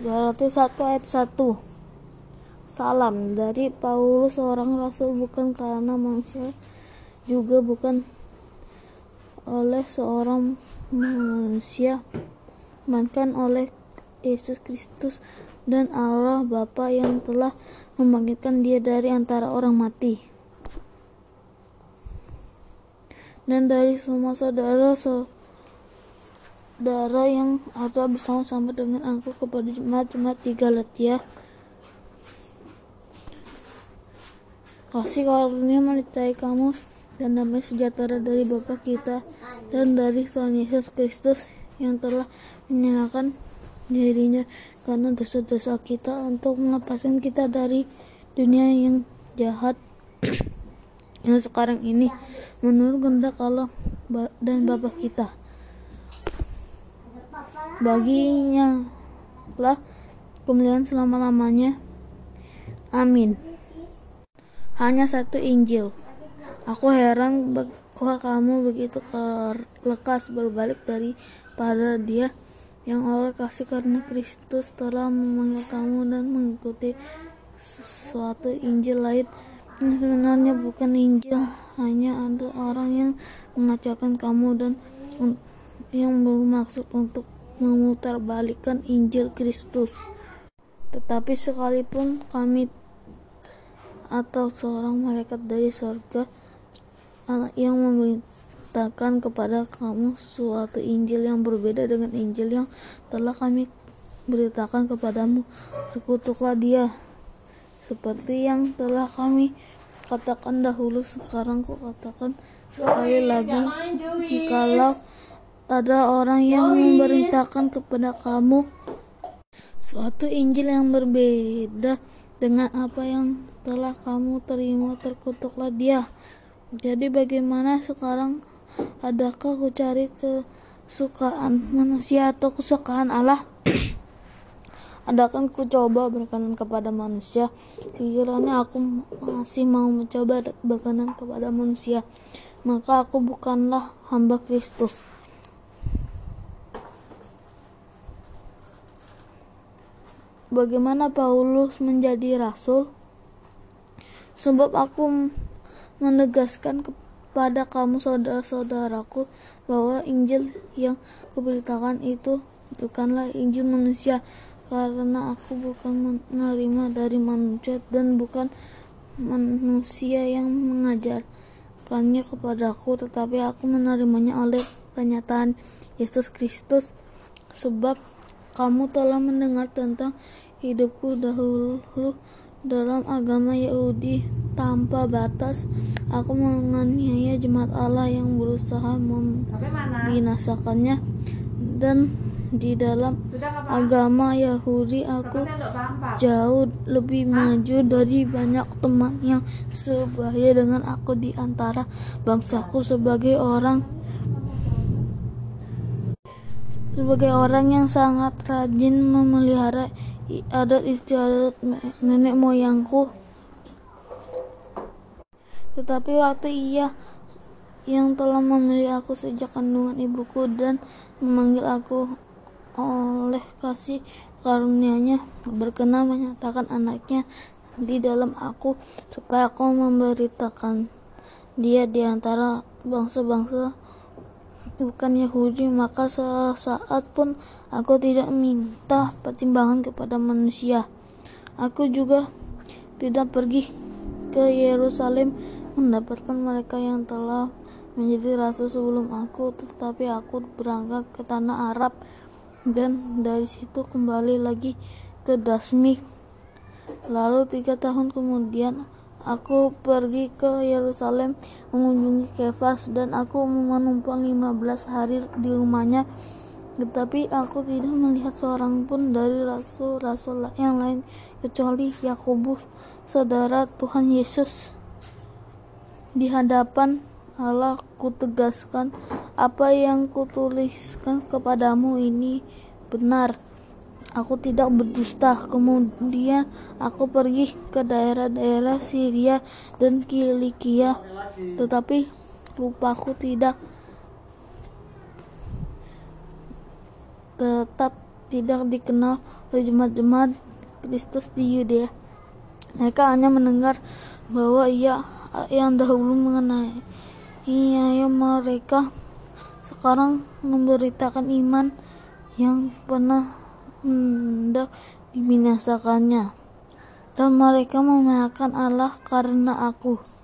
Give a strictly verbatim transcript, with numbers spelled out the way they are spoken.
Galatia satu ayat satu. Salam dari Paulus, seorang rasul, bukan karena manusia, juga bukan oleh seorang manusia, melainkan oleh Yesus Kristus dan Allah Bapa yang telah membangkitkan Dia dari antara orang mati, dan dari semua saudara-saudara yang ada bersama-sama dengan aku, kepada jemaat-jemaat di Galatia. Kasih karunia menyertai kamu dan damai sejahtera dari Bapa kita dan dari Tuhan Yesus Kristus, yang telah menyerahkan dirinya karena dosa-dosa kita untuk melepaskan kita dari dunia yang jahat yang sekarang ini, menurut kehendak Allah dan Bapa kita. Baginya lah kemuliaan selama-lamanya. Amin. Hanya satu Injil. Aku heran bahwa kamu begitu lekas berbalik daripada Dia yang oleh kasih karunia Kristus telah memanggil kamu dan mengikuti suatu Injil lain yang sebenarnya bukan Injil. Hanya ada orang yang mengacaukan kamu dan yang bermaksud untuk memutarbalikkan Injil Kristus. Tetapi sekalipun kami atau seorang malaikat dari surga yang memberitakan kepada kamu suatu Injil yang berbeda dengan Injil yang telah kami beritakan kepadamu, berkutuklah dia. Seperti yang telah kami katakan dahulu, sekarang ku katakan sekali lagi, jikalau ada orang yang memberitakan kepada kamu suatu Injil yang berbeda dengan apa yang telah kamu terima, terkutuklah dia. Jadi bagaimana sekarang? Adakah ku cari kesukaan manusia atau kesukaan Allah? Adakah ku coba berkenan kepada manusia? Sekiranya aku masih mau mencoba berkenan kepada manusia, maka aku bukanlah hamba Kristus. Bagaimana Paulus menjadi rasul? Sebab aku menegaskan kepada kamu, saudara-saudaraku, bahwa Injil yang kuberitakan itu bukanlah Injil manusia, karena aku bukan menerima dari manusia dan bukan manusia yang mengajarkannya kepadaku, tetapi aku menerimanya oleh pernyataan Yesus Kristus. Sebab kamu telah mendengar tentang hidupku dahulu dalam agama Yahudi tanpa batas. Aku menganiaya jemaat Allah yang berusaha membinasakannya, dan di dalam agama Yahudi aku jauh lebih maju dari banyak teman yang sebaya dengan aku di antara bangsaku, sebagai orang sebagai orang yang sangat rajin memelihara adat istiadat nenek moyangku. Tetapi waktu Ia yang telah memilih aku sejak kandungan ibuku dan memanggil aku oleh kasih karunia-Nya, berkenan menyatakan anaknya di dalam aku, supaya aku memberitakan Dia di antara bangsa-bangsa bukan Yahudi, maka sesaat pun aku tidak minta pertimbangan kepada manusia. Aku juga tidak pergi ke Yerusalem mendapatkan mereka yang telah menjadi rasul sebelum aku, tetapi aku berangkat ke tanah Arab dan dari situ kembali lagi ke Dasmik. Lalu tiga tahun kemudian aku pergi ke Yerusalem mengunjungi Kefas, dan aku menumpang lima belas hari di rumahnya. Tetapi aku tidak melihat seorang pun dari rasul-rasul yang lain kecuali Yakobus, saudara Tuhan Yesus. Di hadapan Allah kutegaskan, apa yang kutuliskan kepadamu ini benar. Aku tidak berdusta. Kemudian aku pergi ke daerah-daerah Syria dan Kilikia, tetapi rupaku tidak tetap tidak dikenal oleh jemaat-jemaat Kristus di Yudea. Mereka hanya mendengar bahwa ia yang dahulu mengenai ia mereka sekarang memberitakan iman yang pernah hendak dibinasakannya, dan mereka memehakkan Allah karena aku.